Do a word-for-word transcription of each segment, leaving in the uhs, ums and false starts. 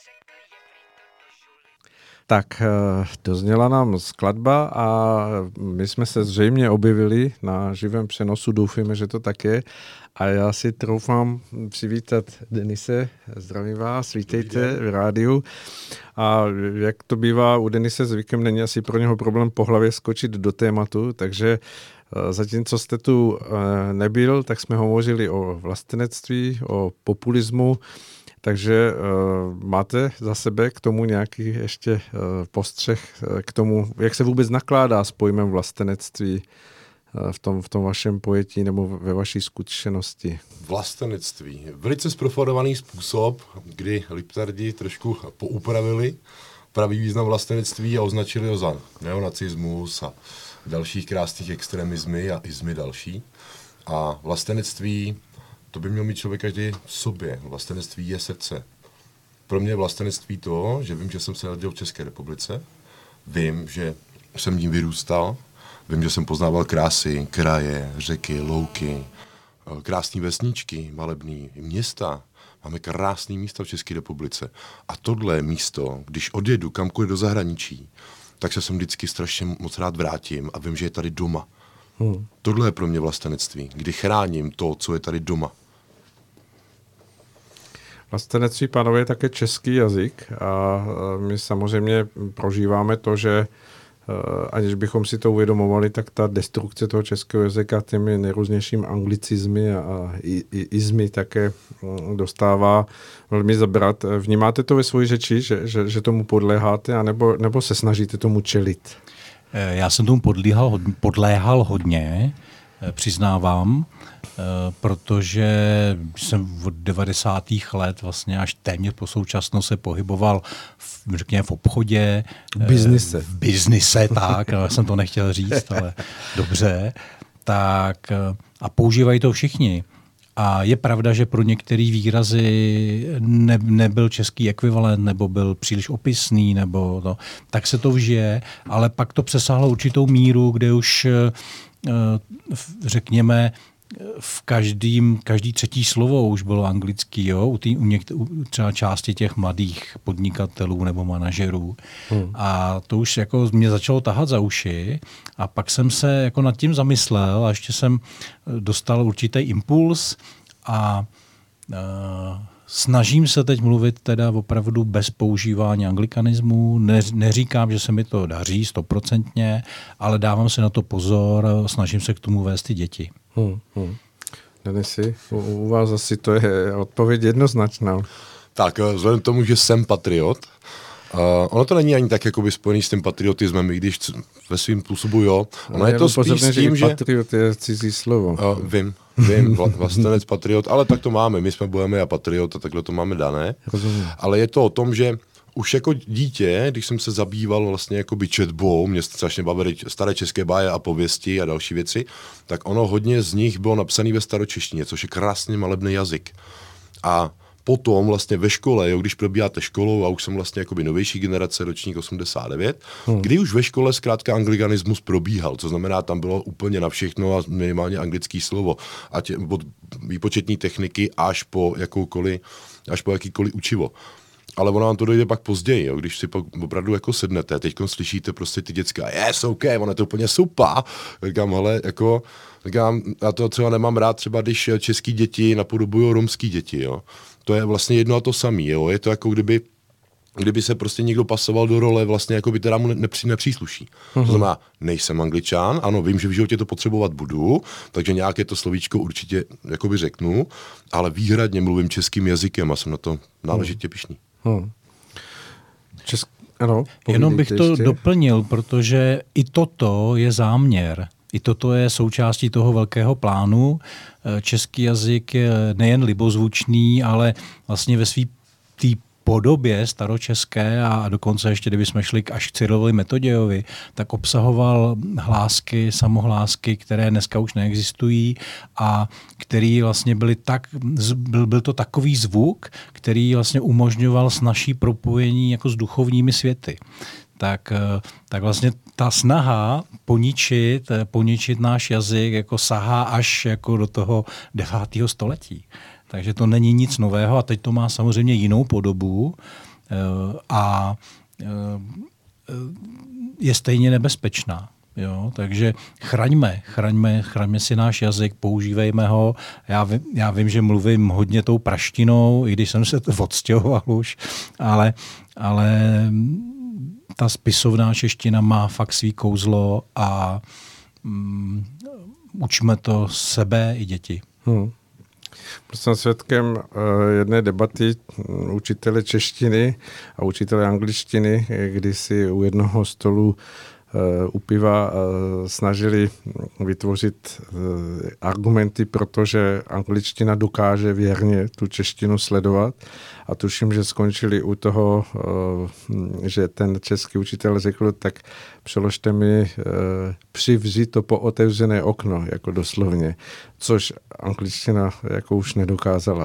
Tak dozněla nám skladba a my jsme se zřejmě objevili na živém přenosu, doufujeme, že to tak je. A já si troufám přivítat Denise, zdravím vás, vítejte v rádiu. A jak to bývá u Denise zvykem, není asi pro něho problém po hlavě skočit do tématu, takže zatímco jste tu nebyl, tak jsme hovořili o vlastenectví, o populismu. Takže uh, máte za sebe k tomu nějaký ještě uh, postřeh k tomu, jak se vůbec nakládá s pojmem vlastenectví uh, v tom, v tom vašem pojetí nebo ve vaší zkušenosti? Vlastenectví. Velice zprofanovaný způsob, kdy liptardi trošku poupravili pravý význam vlastenectví a označili ho za neonacismus a dalších krásných extremismy a izmy další. A vlastenectví, to by měl mít člověk každý v sobě. Vlastenectví je srdce. Pro mě je vlastenectví to, že vím, že jsem se narodil v České republice, vím, že jsem tím vyrůstal, vím, že jsem poznával krásy, kraje, řeky, louky, krásné vesničky, malebný města. Máme krásné místa v České republice. A tohle místo, když odjedu kamkoliv do zahraničí, tak se sem vždycky strašně moc rád vrátím a vím, že je tady doma. Hmm. Tohle je pro mě vlastenectví, kdy chráním to, co je tady doma. Vlastenectví, pánové, je také český jazyk a my samozřejmě prožíváme to, že aniž bychom si to uvědomovali, tak ta destrukce toho českého jazyka těmi nejrůznějšími anglicizmy a izmy také dostává velmi zabrat. Vnímáte to ve svojí řeči, že, že, že tomu podléháte, anebo, nebo se snažíte tomu čelit? Já jsem tomu podléhal, podléhal hodně, přiznávám, protože jsem od devadesátých let vlastně až téměř po současnost se pohyboval v, řekněme, v obchodě. V biznise. V biznise, tak, já jsem to nechtěl říct, ale dobře. Tak, a používají to všichni. A je pravda, že pro některé výrazy ne, nebyl český ekvivalent, nebo byl příliš opisný, nebo to, tak se to vžije, ale pak to přesáhlo určitou míru, kde už, řekněme, v každým, každý třetí slovo už bylo anglický, jo? U, tý, u, něk, u třeba části těch mladých podnikatelů nebo manažerů. Hmm. A to už jako mě začalo tahat za uši a pak jsem se jako nad tím zamyslel a ještě jsem dostal určitý impuls a uh, snažím se teď mluvit teda opravdu bez používání anglikanismu. Ne, neříkám, že se mi to daří stoprocentně, ale dávám si na to pozor, snažím se k tomu vést ty děti. Hmm, hmm. Denisi, u, u vás asi to je odpověď jednoznačná. Tak, vzhledem k tomu, že jsem patriot, uh, ono to není ani tak jakoby spojený s tím patriotismem, i když ve svým způsobu jo. Ono je to spíš s tím, že... Patriot je cizí slovo. Uh, vím, vím, vlastenec, patriot, ale tak to máme. My jsme bohemi a patriot a takhle to máme dané. Rozumím. Ale je to o tom, že už jako dítě, když jsem se zabýval vlastně jakoby četbou, mě strašně bavily staré české báje a pověsti a další věci, tak ono hodně z nich bylo napsané ve staročeštině, což je krásně malebný jazyk. A potom vlastně ve škole, jo, když probíháte školou, a už jsem vlastně jakoby novější generace, ročník osmdesát devět, hmm. kdy už ve škole zkrátka anglikanismus probíhal, co znamená, tam bylo úplně na všechno a minimálně anglický slovo. Ať od výpočetní techniky až po jakoukoliv, až po jakýkoliv učivo. Ale ono vám to dojde pak později, jo, když si pak opravdu jako sednete, teďko slyšíte prostě ty děcka, yes, OK, ono je to úplně super. Říkám, hele, jako, říkám, já to třeba nemám rád, třeba když český děti napodobují romský děti, jo. To je vlastně jedno a to samé, jo, je to jako kdyby, kdyby se prostě někdo pasoval do role, vlastně jako by teda mu nepří, nepřísluší. Uh-huh. To znamená, nejsem Angličan, ano, vím, že v životě to potřebovat budu, takže nějaké to slovíčko určitě jakoby řeknu, ale výhradně mluvím českým jazykem a jsem na to náležitě pyšný. Hmm. Česk... Ano, jenom bych to ještě doplnil, protože i toto je záměr. I toto je součástí toho velkého plánu. Český jazyk je nejen libozvučný, ale vlastně ve svý té podobě staročeské a dokonce ještě, kdybychom šli až k Cyrilovi Metodějovi, tak obsahoval hlásky, samohlásky, které dneska už neexistují a který vlastně byly tak, byl, byl to takový zvuk, který vlastně umožňoval snažší propojení jako s duchovními světy. Tak, tak vlastně ta snaha poničit, poničit náš jazyk jako sahá až jako do toho devátého století. Takže to není nic nového a teď to má samozřejmě jinou podobu. a je stejně nebezpečná. Jo, takže chraňme, chraňme, chraňme si náš jazyk, používejme ho. Já vím, já vím, že mluvím hodně tou praštinou, i když jsem se to odstěhoval už, ale, ale ta spisovná čeština má fakt svý kouzlo a um, učme to sebe i děti. Hmm. Jsem svědkem uh, jedné debaty učitele češtiny a učitele angličtiny, kdy si u jednoho stolu u piva snažili vytvořit argumenty, protože angličtina dokáže věrně tu češtinu sledovat. A tuším, že skončili u toho, že ten český učitel řekl, tak přeložte mi přivři to po otevřené okno, jako doslovně, což angličtina jako už nedokázala.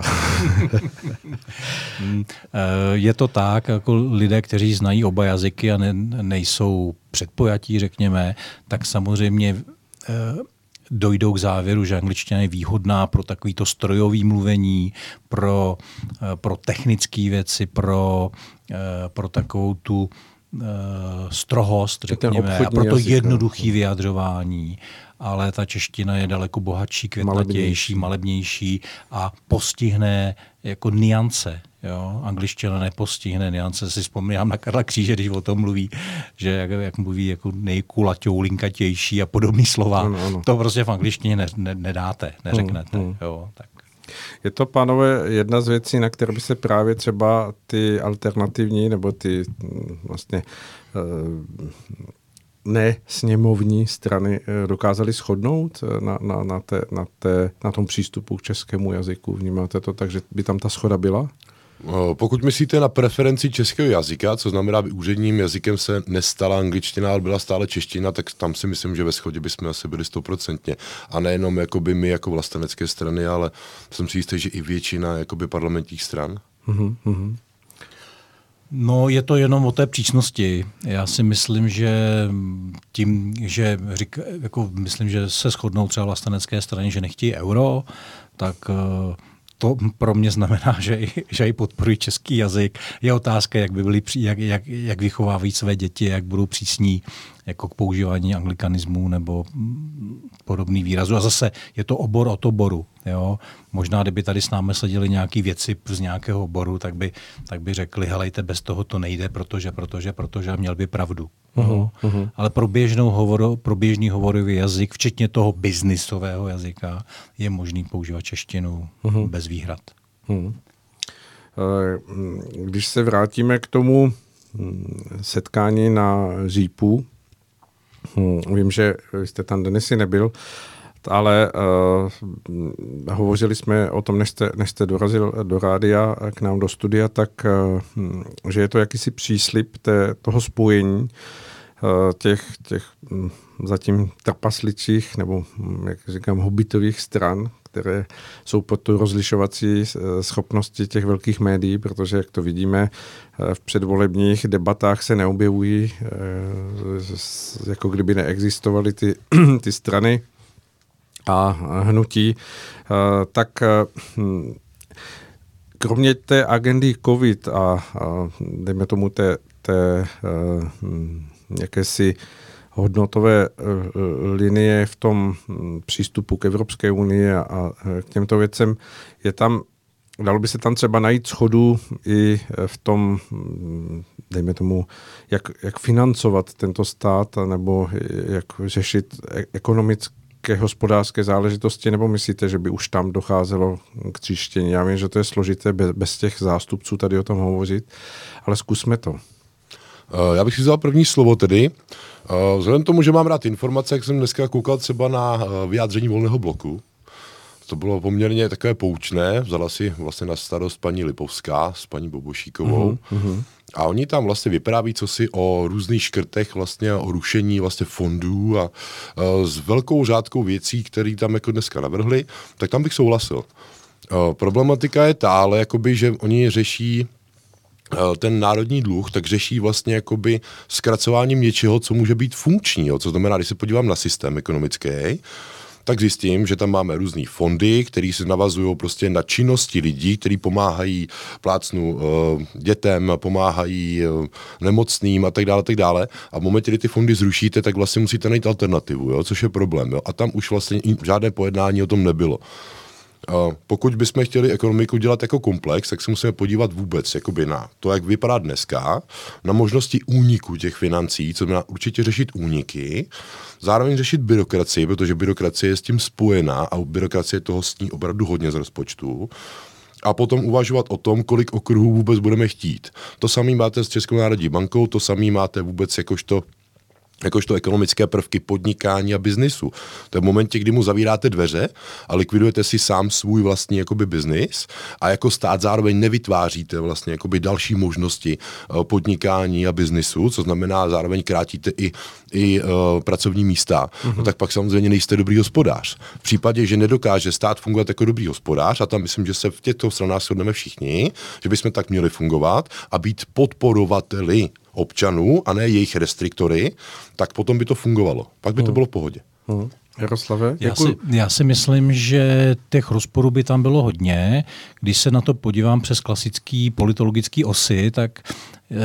Je to tak, jako lidé, kteří znají oba jazyky a ne, nejsou předpojatí, řekněme, tak samozřejmě dojdou k závěru, že angličtina je výhodná pro takovýto strojové mluvení, pro, pro technické věci, pro, pro takovou tu strohost, řekněme, a pro to jednoduché vyjadřování. Ale ta čeština je daleko bohatší, květnatější, malebnější a postihne jako niance. Jo? Angličtina nepostihne niance. Si vzpomínám na Karla Kříže, když o tom mluví, že jak, jak mluví jako nejkulaťou, linkatější a podobný slova. Ano, ano. To prostě v angličtině ne, ne, nedáte, neřeknete. Hmm, hmm. Jo, tak. Je to, pánové, jedna z věcí, na které by se právě třeba ty alternativní nebo ty vlastně uh, ne sněmovní strany dokázaly shodnout na, na, na, té, na, té, na tom přístupu k českému jazyku. Vnímáte to tak, že by tam ta shoda byla? Pokud myslíte na preferenci českého jazyka, co znamená, aby úředním jazykem se nestala angličtina, ale byla stále čeština, tak tam si myslím, že ve shodě bychom asi byli stoprocentně. A nejenom jakoby my jako vlastenecké strany, ale jsem si jistý, že i většina jakoby parlamentních stran. Mm-hmm. No, je to jenom o té přísnosti. Já si myslím, že tím, že řík, jako myslím, že se shodnou třeba vlastenecké strany, že nechtějí euro, tak to pro mě znamená, že i, že i podporují český jazyk. Je otázka, jak by byli, jak, jak, jak vychovávají své děti, jak budou přísní jako k používání anglikanismu nebo podobný výrazu. A zase je to obor od oboru. Jo? Možná, kdyby tady s námi seděli nějaký věci z nějakého oboru, tak by, tak by řekli, helejte, bez toho to nejde, protože, protože, protože a měl by pravdu. Uh-huh, uh-huh. Ale pro, běžnou hovor, pro běžný hovorový jazyk, včetně toho biznisového jazyka, je možný používat češtinu uh-huh. bez výhrad. Uh-huh. Když se vrátíme k tomu setkání na Řípu, vím, že jste tam, Denisy, nebyl, ale uh, hovořili jsme o tom, než jste, než jste dorazil do rádia k nám do studia, tak uh, že je to jakýsi příslib té, toho spojení uh, těch, těch um, zatím trpasličích, nebo jak říkám, hobbitových stran, které jsou pod tu rozlišovací schopnosti těch velkých médií, protože, jak to vidíme, v předvolebních debatách se neobjevují, jako kdyby neexistovaly ty, ty strany a hnutí. Tak kromě té agendy COVID a, a dejme tomu té, té jakési hodnotové linie v tom přístupu k Evropské unii a k těmto věcem, je tam, dalo by se tam třeba najít shodu i v tom, dejme tomu, jak, jak financovat tento stát, nebo jak řešit ekonomické, hospodářské záležitosti, nebo myslíte, že by už tam docházelo k tříštění? Já vím, že to je složité bez, bez těch zástupců tady o tom hovořit, ale zkusme to. Já bych si vzal první slovo tedy. Vzhledem tomu, že mám rád informace, jak jsem dneska koukal třeba na vyjádření Volného bloku, to bylo poměrně takové poučné, vzala si vlastně na starost paní Lipovská s paní Bobošíkovou uh-huh. a oni tam vlastně vypráví cosi o různých škrtech, vlastně o rušení vlastně fondů a, a s velkou řádkou věcí, které tam jako dneska navrhli, tak tam bych souhlasil. A problematika je ta, ale jakoby, že oni řeší ten národní dluh, tak řeší vlastně jakoby zkracováním něčeho, co může být funkční. Jo? Co znamená, když se podívám na systém ekonomický, tak zjistím, že tam máme různý fondy, které se navazují prostě na činnosti lidí, kteří pomáhají plácnu uh, dětem, pomáhají uh, nemocným a tak dále, tak dále. A v momentě, kdy ty fondy zrušíte, tak vlastně musíte najít alternativu, jo? Což je problém. Jo? A tam už vlastně žádné pojednání o tom nebylo. Uh, pokud bychom chtěli ekonomiku dělat jako komplex, tak se musíme podívat vůbec jakoby na to, jak vypadá dneska, na možnosti úniku těch financí, co znamená určitě řešit úniky, zároveň řešit byrokracii, protože byrokracie je s tím spojená a byrokracie toho sní opravdu hodně z rozpočtu. A potom uvažovat o tom, kolik okruhů vůbec budeme chtít. To samé máte s Českou národní bankou, to samé máte vůbec jakožto jakožto ekonomické prvky podnikání a biznisu. To je v momentě, kdy mu zavíráte dveře a likvidujete si sám svůj vlastní jakoby biznis a jako stát zároveň nevytváříte vlastně jakoby další možnosti podnikání a biznisu, co znamená zároveň krátíte i, i uh, pracovní místa, mm-hmm. no tak pak samozřejmě nejste dobrý hospodář. V případě, že nedokáže stát fungovat jako dobrý hospodář, a tam myslím, že se v těchto stranách shodneme všichni, že bychom tak měli fungovat a být podporovateli občanů a ne jejich restriktory, tak potom by to fungovalo. Pak by to bylo v pohodě. Hmm. Jaroslave? Já si, já si myslím, že těch rozporů by tam bylo hodně. Když se na to podívám přes klasický politologický osy, tak e,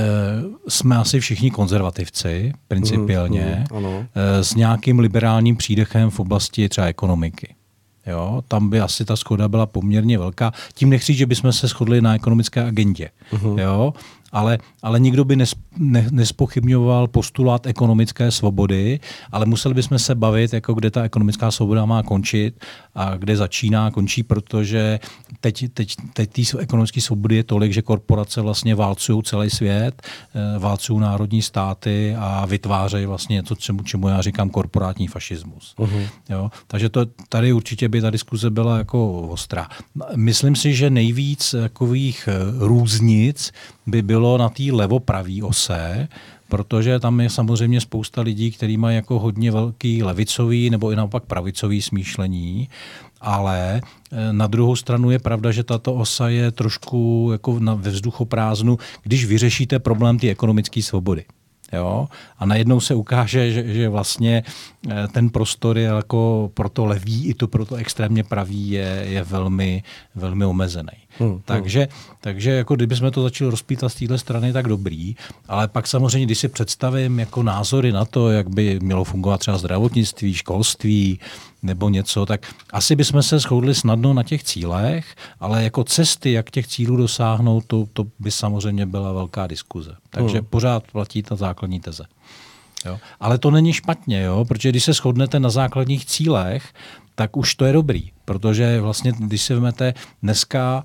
jsme asi všichni konzervativci, principiálně, mm, mm, e, s nějakým liberálním přídechem v oblasti třeba ekonomiky. Jo, tam by asi ta shoda byla poměrně velká. Tím nechci, že bychom se shodli na ekonomické agendě. Uh-huh. Jo, ale, ale nikdo by nes, ne, nespochybňoval postulát ekonomické svobody, ale museli bychom se bavit, jako kde ta ekonomická svoboda má končit a kde začíná, končí, protože teď, teď, teď té ekonomické svobody je tolik, že korporace vlastně válcují celý svět, válcují národní státy a vytvářejí vlastně něco, čemu, čemu já říkám korporátní fašismus. Uh-huh. Jo, takže to, tady určitě by ta diskuze byla jako ostrá. Myslím si, že nejvíc takových různic by bylo na té levopravý ose, protože tam je samozřejmě spousta lidí, kteří mají jako hodně velký levicový nebo i naopak pravicový smýšlení, ale na druhou stranu je pravda, že tato osa je trošku jako na, ve vzduchoprázdnu, když vyřešíte problém té ekonomické svobody. Jo? A najednou se ukáže, že, že vlastně ten prostor je jako pro to levý i to pro to extrémně pravý je, je velmi, velmi omezený. Hmm, takže hmm. takže jako kdybychom to začali rozpítat z téhle strany, tak dobrý, ale pak samozřejmě, když si představím jako názory na to, jak by mělo fungovat třeba zdravotnictví, školství nebo něco, tak asi bychom se shodli snadno na těch cílech, ale jako cesty, jak těch cílů dosáhnout, to, to by samozřejmě byla velká diskuze. Takže hmm. pořád platí ta základní teze. Jo. Ale to není špatně, jo? Protože když se shodnete na základních cílech, tak už to je dobrý, protože vlastně, když si vezmete dneska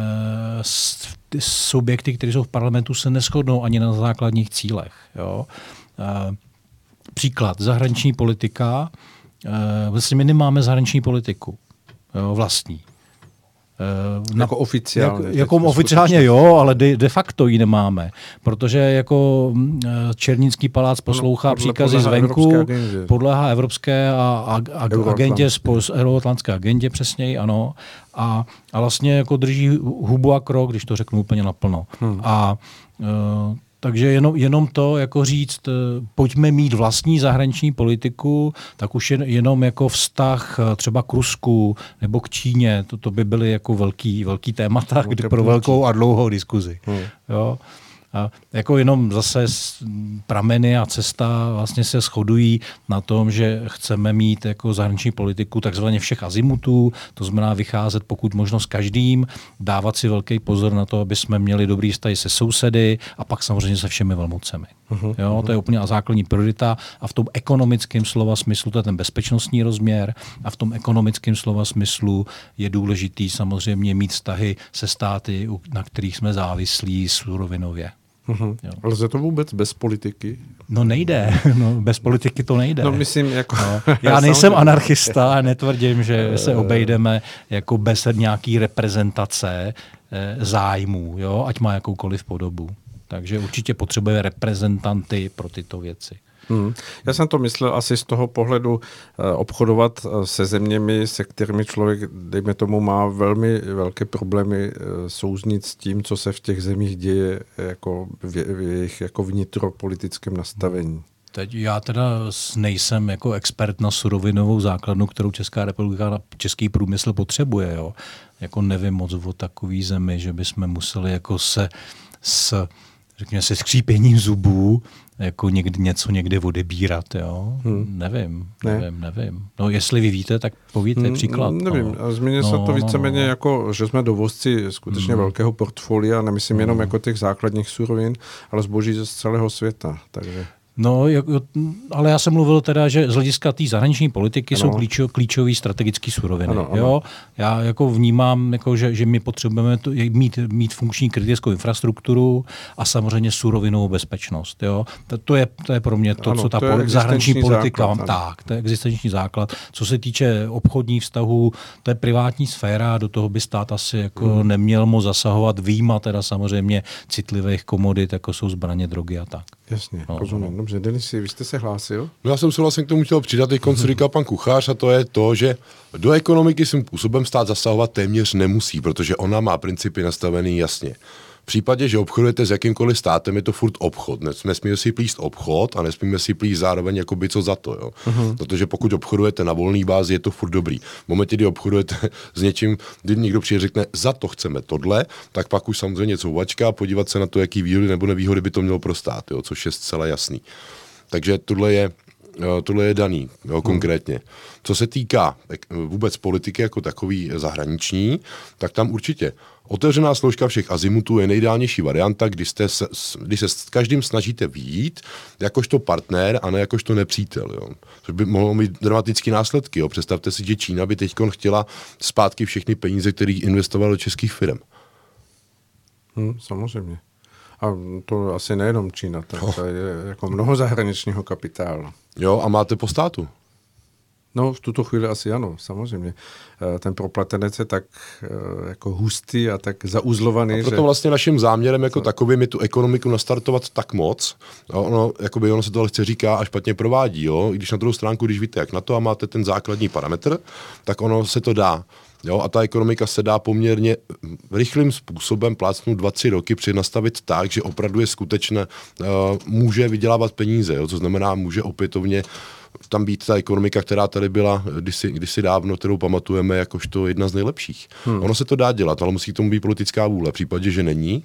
e, subjekty, které jsou v parlamentu, se neshodnou ani na základních cílech. Jo? E, příklad, zahraniční politika, e, vlastně my nemáme zahraniční politiku, jo, vlastní. Na, jako oficiálně. Jak, jako oficiálně jo, ale de, de facto ji nemáme, protože jako Černínský palác poslouchá no, příkazy zvenku, podléhá evropské a, a, a agendě, euroatlantské agendě přesněji, ano, a, a vlastně jako drží hubu a krok, když to řeknu úplně naplno. Hmm. A uh, takže jenom, jenom to jako říct, pojďme mít vlastní zahraniční politiku, tak už jen, jenom jako vztah třeba k Rusku nebo k Číně, to, to by byly jako velký, velký témata kdy pro velkou a dlouhou diskuzi. Hmm. Jo? A jako jenom zase prameny a cesta vlastně se shodují na tom, že chceme mít jako zahraniční politiku takzvaně všech azimutů, to znamená vycházet pokud možno s každým, dávat si velký pozor na to, aby jsme měli dobrý vztah se sousedy a pak samozřejmě se všemi velmocemi. Uh-huh, jo, to je úplně základní priorita a v tom ekonomickém slova smyslu to je ten bezpečnostní rozměr a v tom ekonomickém slova smyslu je důležitý samozřejmě mít vztahy se státy, na kterých jsme závislí surovinově. Uhum. Lze to vůbec bez politiky? No nejde, no, bez politiky to nejde. No myslím jako... No, já nejsem anarchista a netvrdím, že se obejdeme jako bez nějaký reprezentace eh, zájmů, jo, ať má jakoukoliv podobu. Takže určitě potřebuje reprezentanty pro tyto věci. Hmm. Já jsem to myslel asi z toho pohledu eh, obchodovat se zeměmi, se kterými člověk, dejme tomu, má velmi velké problémy eh, souznit s tím, co se v těch zemích děje jako v, v jejich jako vnitropolitickém nastavení. Teď já teda nejsem jako expert na surovinovou základnu, kterou Česká republika, český průmysl potřebuje. Jo. Jako nevím moc o takový zemi, že bychom museli jako se s, řekněme, se skřípěním zubů jako někdy něco někde odebírat. Jo. Hmm. Nevím, ne. nevím, nevím. No jestli vy víte, tak povíte hmm, příklad. Nevím, no. zmíním no, se to víceméně no, no. jako, že jsme dovozci skutečně hmm. velkého portfolia, nemyslím hmm. jenom jako těch základních surovin, ale zboží z celého světa. Takže... No, ale já jsem mluvil teda, že z hlediska té zahraniční politiky ano. jsou klíčo, klíčový strategický suroviny. Ano, ano. Jo? Já jako vnímám, jako, že, že my potřebujeme to, mít, mít funkční kritickou infrastrukturu a samozřejmě surovinovou bezpečnost. Jo? To, to, je, to je pro mě to, ano, co ta to poli- zahraniční politika má. Tak, to je existenční základ. Co se týče obchodních vztahů, to je privátní sféra, do toho by stát asi jako hmm. neměl moc zasahovat, výjima teda samozřejmě citlivých komodit, jako jsou zbraně, drogy a tak. Jasně, no, rozumím. Dobře, Denisi, vy jste se hlásil? No já jsem se vlastně k tomu chtěl přidat, teď co říkal pan Kuchař, a to je to, že do ekonomiky svým způsobem stát zasahovat téměř nemusí, protože ona má principy nastavený jasně. V případě, že obchodujete s jakýmkoliv státem, je to furt obchod. Nesmíme si plíst obchod a nesmíme si plíst zároveň jakoby co za to. Jo? Uh-huh. Protože pokud obchodujete na volné bázi, je to furt dobrý. V momentě, kdy obchodujete s něčím, kdy někdo přijde řekne, za to chceme tohle, tak pak už samozřejmě něco uvačka a podívat se na to, jaký výhody nebo nevýhody by to mělo pro stát, jo? Což je zcela jasný. Takže tohle je, tohle je daný, jo, konkrétně. Co se týká vůbec politiky jako takový zahraniční, tak tam určitě otevřená složka všech azimutů je nejideálnější varianta, kdy, jste se, kdy se s každým snažíte vyjít jakožto partner a ne jakožto nepřítel. Jo. Což by mohlo mít dramatické následky. Jo. Představte si, že Čína by teď chtěla zpátky všechny peníze, které investovala do českých firm. Hmm, samozřejmě. A to asi nejenom Čína, to, to je jako mnoho zahraničního kapitálu. Jo, a máte po státu? No, v tuto chvíli asi ano, samozřejmě. Ten propletenec je tak jako hustý a tak zauzlovaný. A proto že... vlastně naším záměrem jako takovým je tu ekonomiku nastartovat tak moc. Ono, jakoby ono se to lehce říká a špatně provádí. Jo? I když na druhou stránku, když víte, jak na to a máte ten základní parametr, tak ono se to dá. Jo, a ta ekonomika se dá poměrně rychlým způsobem plácnout dva, tři roky přenastavit tak, že opravdu je skutečné, uh, může vydělávat peníze, jo, co znamená, může opětovně tam být ta ekonomika, která tady byla kdysi, kdysi dávno, kterou pamatujeme jakožto jedna z nejlepších. Hmm. Ono se to dá dělat, ale musí k tomu být politická vůle. V případě, že není,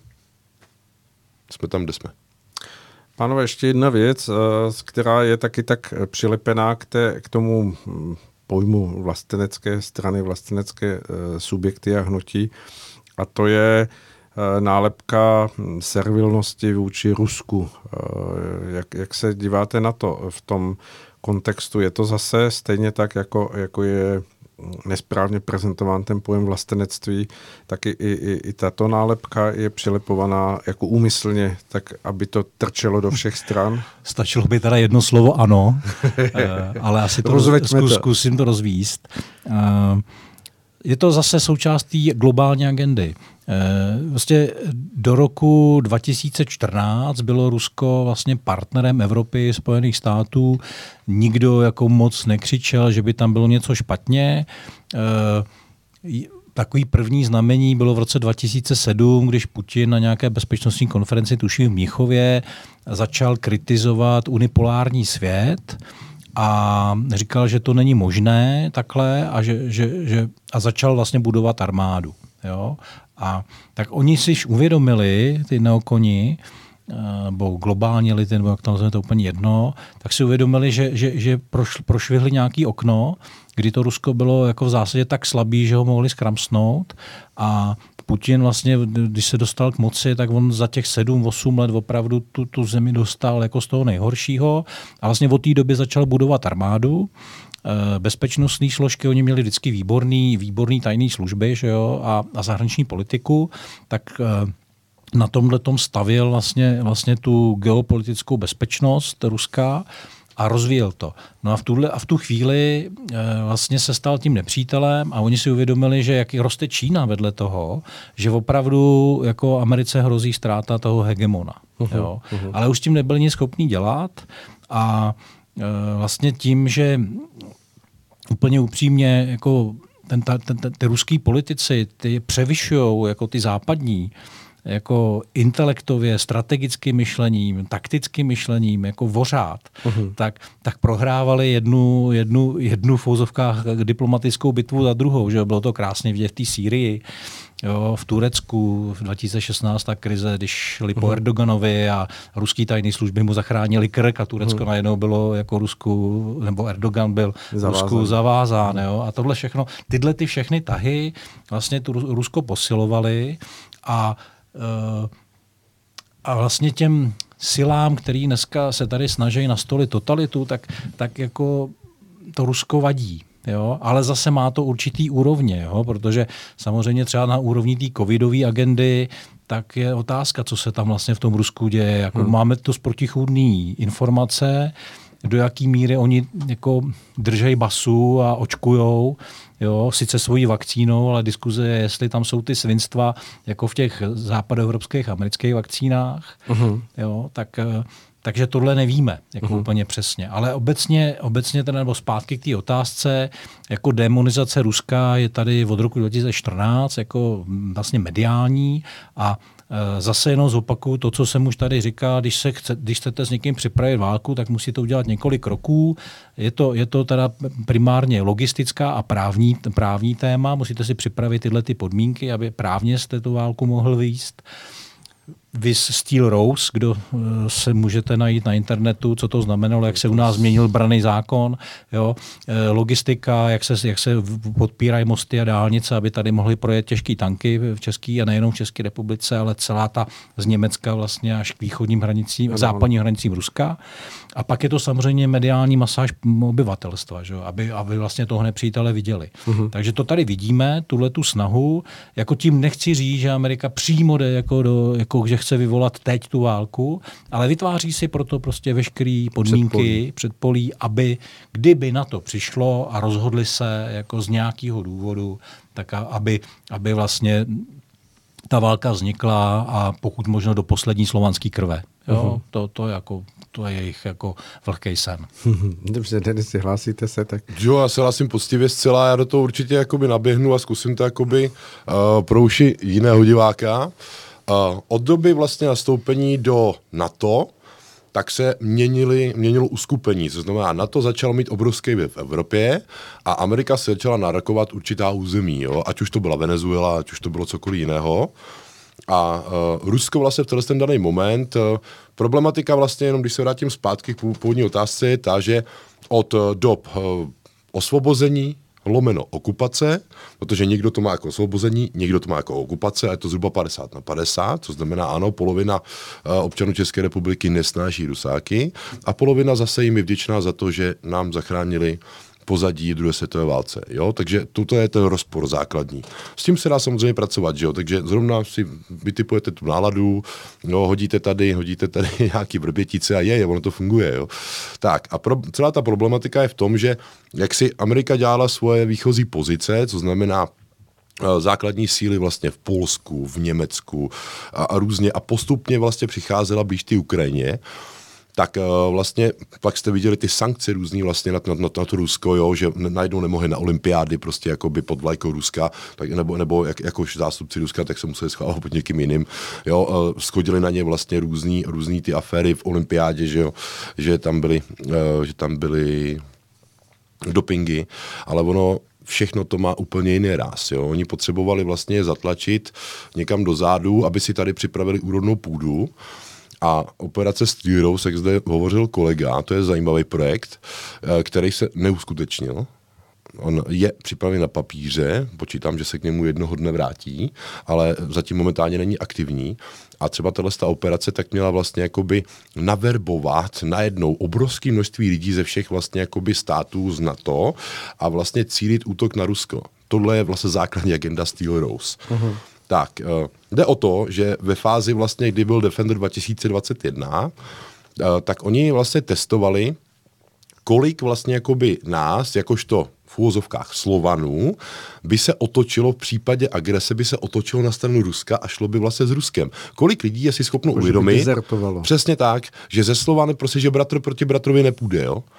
jsme tam, kde jsme. Pánové, ještě jedna věc, která je taky tak přilepená k, té, k tomu pojmu vlastenecké strany, vlastenecké subjekty a hnutí, a to je nálepka servilnosti vůči Rusku. Jak, jak se díváte na to v tom kontextu? Je to zase stejně tak, jako, jako je nesprávně prezentován ten pojem vlastenectví, tak i, i, i tato nálepka je přilepovaná jako úmyslně, tak aby to trčelo do všech stran? Stačilo by teda jedno slovo ano, ale asi to roz, zkus, zkusím to rozvíst. Je to zase součástí globální agendy. Vlastně do roku dva tisíce čtrnáct bylo Rusko vlastně partnerem Evropy, Spojených států. Nikdo jako moc nekřičel, že by tam bylo něco špatně. Takový první znamení bylo v roce dva tisíce sedm, když Putin na nějaké bezpečnostní konferenci, tuším v Mnichově, začal kritizovat unipolární svět a říkal, že to není možné takhle a, že, že, že, a začal vlastně budovat armádu. Jo? A tak oni si uvědomili, ty neokoni, nebo globální lidi, nebo jak tam nazveme to úplně jedno, tak si uvědomili, že, že, že prošli, prošvihli nějaký okno, kdy to Rusko bylo jako v zásadě tak slabý, že ho mohli skramsnout a Putin vlastně, když se dostal k moci, tak on za těch sedm, osm let opravdu tu, tu zemi dostal jako z toho nejhoršího a vlastně od té doby začal budovat armádu. Bezpečnostní složky, oni měli vždycky výborný, výborný tajný služby, že jo, a, a zahraniční politiku, tak na tomhle tom stavěl vlastně, vlastně tu geopolitickou bezpečnost Ruska a rozvíjel to. No a v, tuhle, a v tu chvíli e, vlastně se stal tím nepřítelem a oni si uvědomili, že jak roste Čína vedle toho, že opravdu jako Americe hrozí ztráta toho hegemona. Uh-huh, jo. Uh-huh. Ale už s tím nebyli nic schopní dělat a e, vlastně tím, že úplně upřímně jako ten, ten, ten, ty ruský politici ty převyšují jako ty západní, jako intelektově, strategickým myšlením, taktickým myšlením, jako vořád, uh-huh. tak, tak prohrávali jednu, jednu, jednu v fouzovkách diplomatickou bitvu za druhou. Že? Bylo to krásně vidět v té Sýrii, jo, v Turecku v dva tisíce šestnáct ta krize, když šli po uh-huh. Erdoganovi a ruský tajné služby mu zachránili krk a Turecko uh-huh. najednou bylo jako Rusku, nebo Erdogan byl zavázán. Rusku zavázán. Uh-huh. Jo? A tohle všechno, tyhle ty všechny tahy vlastně tu Rusko posilovali a, uh, a vlastně těm silám, který dneska se tady snaží nastolit totalitu, tak, tak jako to Rusko vadí. Jo, ale zase má to určitý úrovně, jo, protože samozřejmě třeba na úrovni té covidové agendy, tak je otázka, co se tam vlastně v tom Rusku děje. Jako hmm. Máme to z protichůdné informace, do jaký míry oni jako držejí basu a očkujou, jo, sice svojí vakcínou, ale diskuze je, jestli tam jsou ty svinstva jako v těch západoevropských amerických vakcínách, hmm. jo, tak... Takže tohle nevíme jako uh-huh. úplně přesně. Ale obecně, obecně teda, nebo zpátky k té otázce, jako demonizace Ruska je tady od roku dva tisíce čtrnáct jako vlastně mediální a e, zase jenom zopakuju to, co jsem už tady říkal, když, se chce, když chcete s někým připravit válku, tak musíte udělat několik kroků. Je to, je to teda primárně logistická a právní, právní téma. Musíte si připravit tyhle ty podmínky, aby právně jste tu válku mohl vést. Vis Steel Rose, kdo se můžete najít na internetu, co to znamenalo, jak se u nás změnil branný zákon, jo, logistika, jak se, jak se podpírají mosty a dálnice, aby tady mohly projet těžké tanky v České a nejenom v České republice, ale celá ta z Německa vlastně až k východním hranicím, západním hranicím Ruska. A pak je to samozřejmě mediální masáž obyvatelstva, že? Aby, aby vlastně toho nepřítele viděli. Uh-huh. Takže to tady vidíme, tuhle tu snahu, jako tím nechci říct, že Amerika přímo jde jako do, jako že chce vyvolat teď tu válku, ale vytváří si proto prostě veškeré podmínky, předpolí. předpolí, aby kdyby na to přišlo a rozhodli se jako z nějakého důvodu, tak aby, aby vlastně ta válka vznikla a pokud možno do poslední slovanské krve. Jo, uh-huh. to, to, jako, to je jejich jako vlhkej sen. Dobře, Denis, hlásíte se? Tak... Jo, já se hlásím poctivě zcela, já do toho určitě jakoby naběhnu a zkusím to jakoby uh, pro uši jiného diváka. Uh, od doby vlastně nastoupení do NATO, tak se měnili, měnilo uskupení. To znamená, NATO začalo mít obrovský vliv v Evropě a Amerika se začala narakovat určitá území, jo? Ať už to byla Venezuela, ať už to bylo cokoliv jiného. A uh, Rusko vlastně v tenhle ten daný moment, uh, problematika vlastně, jenom když se vrátím zpátky k původní otázce, je ta, že od uh, dob uh, osvobození lomeno okupace, protože někdo to má jako osvobození, někdo to má jako okupace a je to zhruba padesát na padesát, co znamená ano, polovina uh, občanů České republiky nesnáší Rusáky a polovina zase jim je vděčná za to, že nám zachránili pozadí druhé světové válce. Jo? Takže toto je ten rozpor základní. S tím se dá samozřejmě pracovat, že jo? Takže zrovna si vytipujete tu náladu, jo? hodíte tady, hodíte tady nějaký vrbětice a je, je, ono to funguje. Jo? Tak a pro, celá ta problematika je v tom, že jak si Amerika dělala svoje výchozí pozice, co znamená základní síly vlastně v Polsku, v Německu a, a různě a postupně vlastně přicházela blíž ty Ukrajině, tak uh, vlastně pak jste viděli ty sankce různý vlastně na, na, na to Rusko, jo, že najednou nemohli na olympiády prostě jakoby pod vlajkou Ruska, tak, nebo, nebo jak, jako zástupci Ruska, tak se museli schválit pod někým jiným, jo, uh, schodili na ně vlastně různý, různý ty aféry v olympiádě, že jo, že tam byly, uh, že tam byly dopingy, ale ono všechno to má úplně jiný ráz. Jo. Oni potřebovali vlastně zatlačit někam do zádu, aby si tady připravili úrodnou půdu. A operace Steel Rose, jak zde hovořil kolega, to je zajímavý projekt, který se neuskutečnil. On je připraven na papíře, počítám, že se k němu jednoho dne vrátí, ale zatím momentálně není aktivní. A třeba tato operace tak měla vlastně jakoby naverbovat najednou obrovské množství lidí ze všech vlastně jakoby států z NATO a vlastně cílit útok na Rusko. Tohle je vlastně základní agenda Steel Rose. Uh-huh. Tak, uh, jde o to, že ve fázi vlastně, kdy byl Defender dva tisíce dvacet jedna, uh, tak oni vlastně testovali, kolik vlastně jakoby nás, jakožto v úvozovkách Slovanů, by se otočilo v případě agrese, by se otočilo na stranu Ruska a šlo by vlastně s Ruskem. Kolik lidí je si schopno uvědomit, přesně tak, že ze Slovany prostě, že bratr proti bratrovi nepůjde, jo?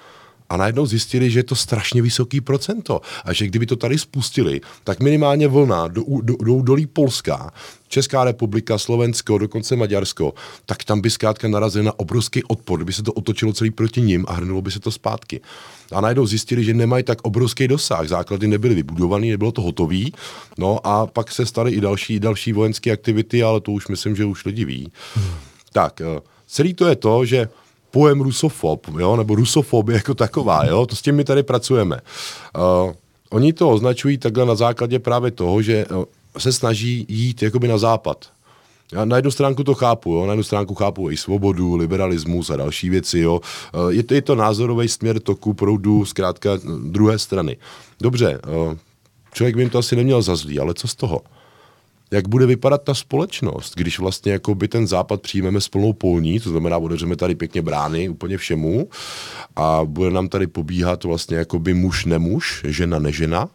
A najednou zjistili, že je to strašně vysoký procento a že kdyby to tady spustili, tak minimálně vlna do, do, do údolí Polska, Česká republika, Slovensko, dokonce Maďarsko, tak tam by zkrátka narazili na obrovský odpor, kdyby se to otočilo celý proti nim a hrnulo by se to zpátky. A najednou zjistili, že nemají tak obrovský dosah, základy nebyly vybudované, nebylo to hotové, no a pak se staly i další, další vojenské aktivity, ale to už myslím, že už lidi ví. Hmm. Tak, celý to je to, že pojem rusofob, jo, nebo rusofobie jako taková, jo, to s tím my tady pracujeme. Uh, oni to označují takhle na základě právě toho, že uh, se snaží jít jakoby na západ. Já na jednu stránku to chápu, jo, na jednu stránku chápu i svobodu, liberalismus a další věci, jo. Uh, je to, je to názorový směr toku proudu zkrátka druhé strany. Dobře, uh, člověk by jim to asi neměl za zlý, ale co z toho? Jak bude vypadat ta společnost, když vlastně jako by ten západ přijmeme s plnou polní, to znamená, otevřeme tady pěkně brány úplně všemu a bude nám tady pobíhat vlastně jako by muž nemuž, žena nežena,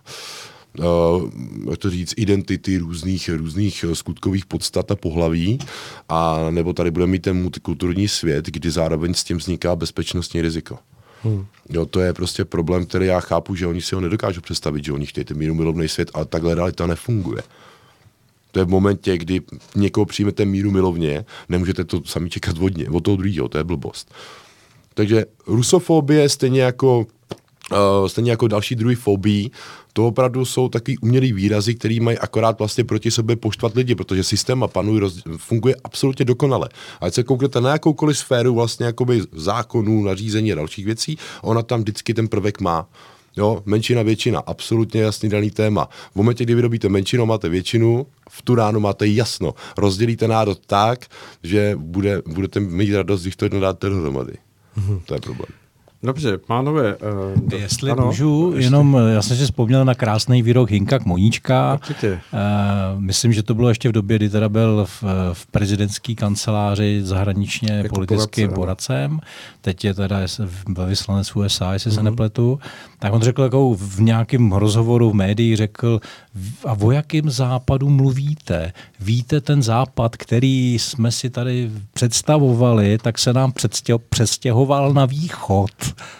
uh, jak to říct, identity různých, různých skutkových podstat a pohlaví, a nebo tady budeme mít ten multikulturní svět, kdy zároveň s tím vzniká bezpečnostní riziko. Hmm. Jo, to je prostě problém, který já chápu, že oni si ho nedokážou představit, že oni chtějí ten míru milovný svět, ale takhle realita nefunguje. To je v momentě, kdy někoho přijmete míru milovně, nemůžete to sami čekat vodně, od toho druhého, to je blbost. Takže rusofobie stejně jako, uh, stejně jako další druhy fobii, to opravdu jsou takový umělý výrazy, který mají akorát vlastně proti sobě poštvat lidi, protože systém a panuj roz, funguje absolutně dokonale. Ať se kouknete na jakoukoliv sféru vlastně jakoby zákonů, nařízení a dalších věcí, ona tam vždycky ten prvek má. Jo, menšina, většina, absolutně jasný daný téma. V momentě, kdy vyrobíte menšinu, máte většinu, v tu ránu máte jasno. Rozdělíte národ tak, že bude, budete mít radost, když to jedno dáte dohromady. Mm-hmm. To je problém. Dobře, pánové. Uh, Jestli ano, můžu, ještě. Jenom já jsem si vzpomněl na krásný výrok Hinka Kmoníčka. Určitě. Uh, myslím, že to bylo ještě v době, kdy teda byl v, v prezidentský kanceláři zahraničně jako politickým poradcem. Teď je teda ve vyslanec v U S A, jestli mm-hmm. se nepletu. Tak on řekl, jako v nějakém rozhovoru v médiích řekl, a o jakém západu mluvíte? Víte, ten západ, který jsme si tady představovali, tak se nám přestěhoval na východ.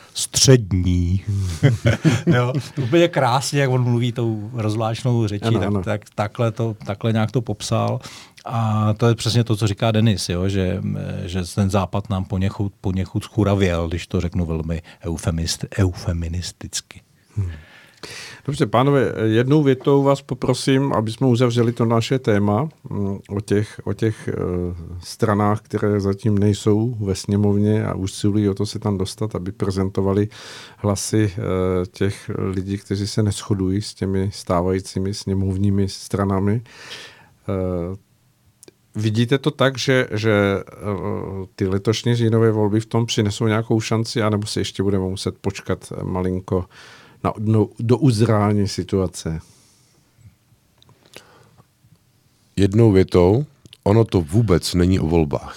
Střední. Jo, úplně krásně, jak on mluví tou rozvláštnou řečí, ano, tak, ano. Tak, takhle, to, takhle nějak to popsal. A to je přesně to, co říká Denis, jo, že, že ten západ nám poněchud, poněchud schuravěl, když to řeknu velmi eufeministicky. Hmm. Dobře, pánové, jednou větou vás poprosím, aby jsme uzavřeli to naše téma o těch, o těch uh, stranách, které zatím nejsou ve sněmovně a usilují o to se tam dostat, aby prezentovali hlasy uh, těch lidí, kteří se neshodují s těmi stávajícími sněmovními stranami. Uh, Vidíte to tak, že, že uh, ty letošní říjnové volby v tom přinesou nějakou šanci, anebo si ještě budeme muset počkat malinko na, no, do uzrání situace? Jednou větou, ono to vůbec není o volbách.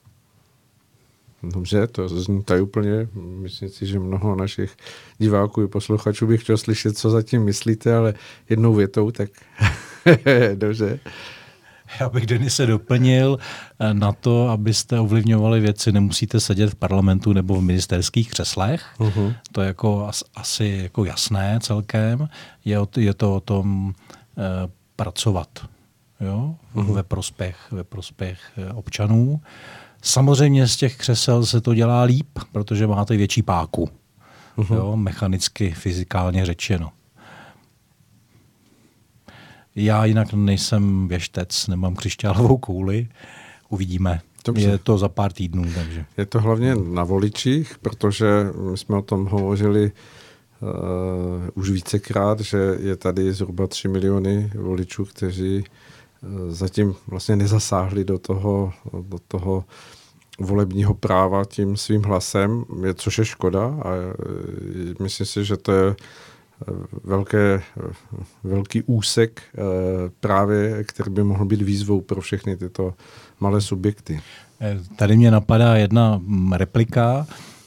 Dobře, to zní tady úplně. Myslím si, že mnoho našich diváků i posluchačů bych chtěl slyšet, co zatím myslíte, ale jednou větou, tak dobře. Já bych Denise doplnil na to, abyste ovlivňovali věci, nemusíte sedět v parlamentu nebo v ministerských křeslech. Uh-huh. To je jako asi jako jasné celkem. Je, o, je to o tom eh, pracovat, jo? Uh-huh. ve prospěch, ve prospěch občanů. Samozřejmě z těch křesel se to dělá líp, protože máte větší páku. Uh-huh. Jo? Mechanicky, fyzikálně řečeno. Já jinak nejsem věštec, nemám křišťálovou kouli. Uvidíme. Dobře. Je to za pár týdnů. Takže. Je to hlavně na voličích, protože my jsme o tom hovořili uh, už vícekrát, že je tady zhruba tři miliony voličů, kteří uh, zatím vlastně nezasáhli do toho, do toho volebního práva tím svým hlasem, což je škoda. A uh, myslím si, že to je Velké, velký úsek právě, který by mohl být výzvou pro všechny tyto malé subjekty. Tady mě napadá jedna replika.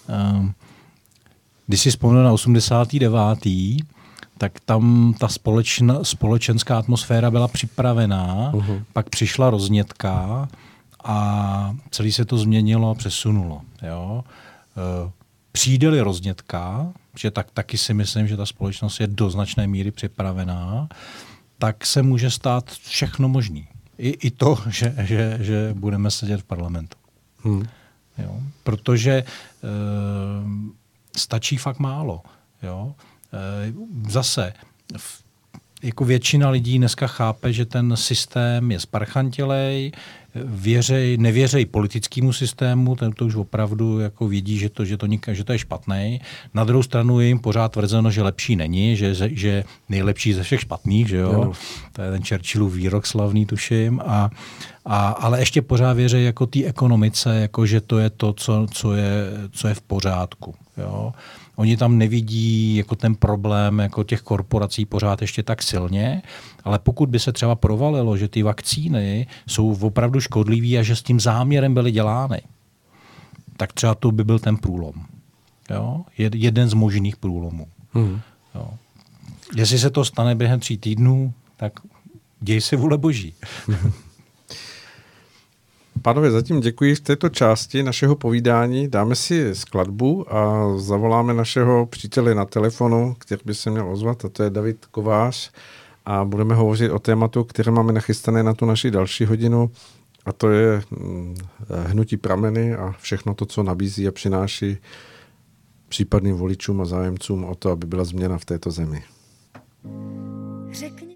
Když si vzpomněl na osmdesátý devátý tak tam ta společna, společenská atmosféra byla připravená, uh-huh. pak přišla roznětka a celý se to změnilo a přesunulo. Jo? přijde-li roznětka, že tak, taky si myslím, že ta společnost je do značné míry připravená, tak se může stát všechno možný. I, i to, že, že, že budeme sedět v parlamentu. Hmm. Jo? Protože e, stačí fakt málo. Jo? E, zase, v, jako většina lidí dneska chápe, že ten systém je sparchantělej, věřej, nevěřej politickému systému, ten to už opravdu jako vidí, že to, že to, že to je špatný. Na druhou stranu je jim pořád tvrzeno, že lepší není, že, že nejlepší ze všech špatných, že jo? No. To je ten Churchillův výrok slavný, tuším. A, a, ale ještě pořád věří jako té ekonomice, jako že to je to, co, co, je, co je v pořádku. Jo? Oni tam nevidí jako ten problém jako těch korporací pořád ještě tak silně, ale pokud by se třeba provalilo, že ty vakcíny jsou opravdu škodlivý a že s tím záměrem byly dělány, tak třeba to by byl ten průlom. Jo? Jeden z možných průlomů. Hmm. Jo? Jestli se to stane během tří týdnů, tak děj si vůle boží. Pánové, zatím děkuji v této části našeho povídání. Dáme si skladbu a zavoláme našeho přítele na telefonu, který by se měl ozvat, a to je David Kovář. A budeme hovořit o tématu, které máme nachystané na tu naši další hodinu, a to je hnutí Prameny a všechno to, co nabízí a přináší případným voličům a zájemcům o to, aby byla změna v této zemi. Řekni.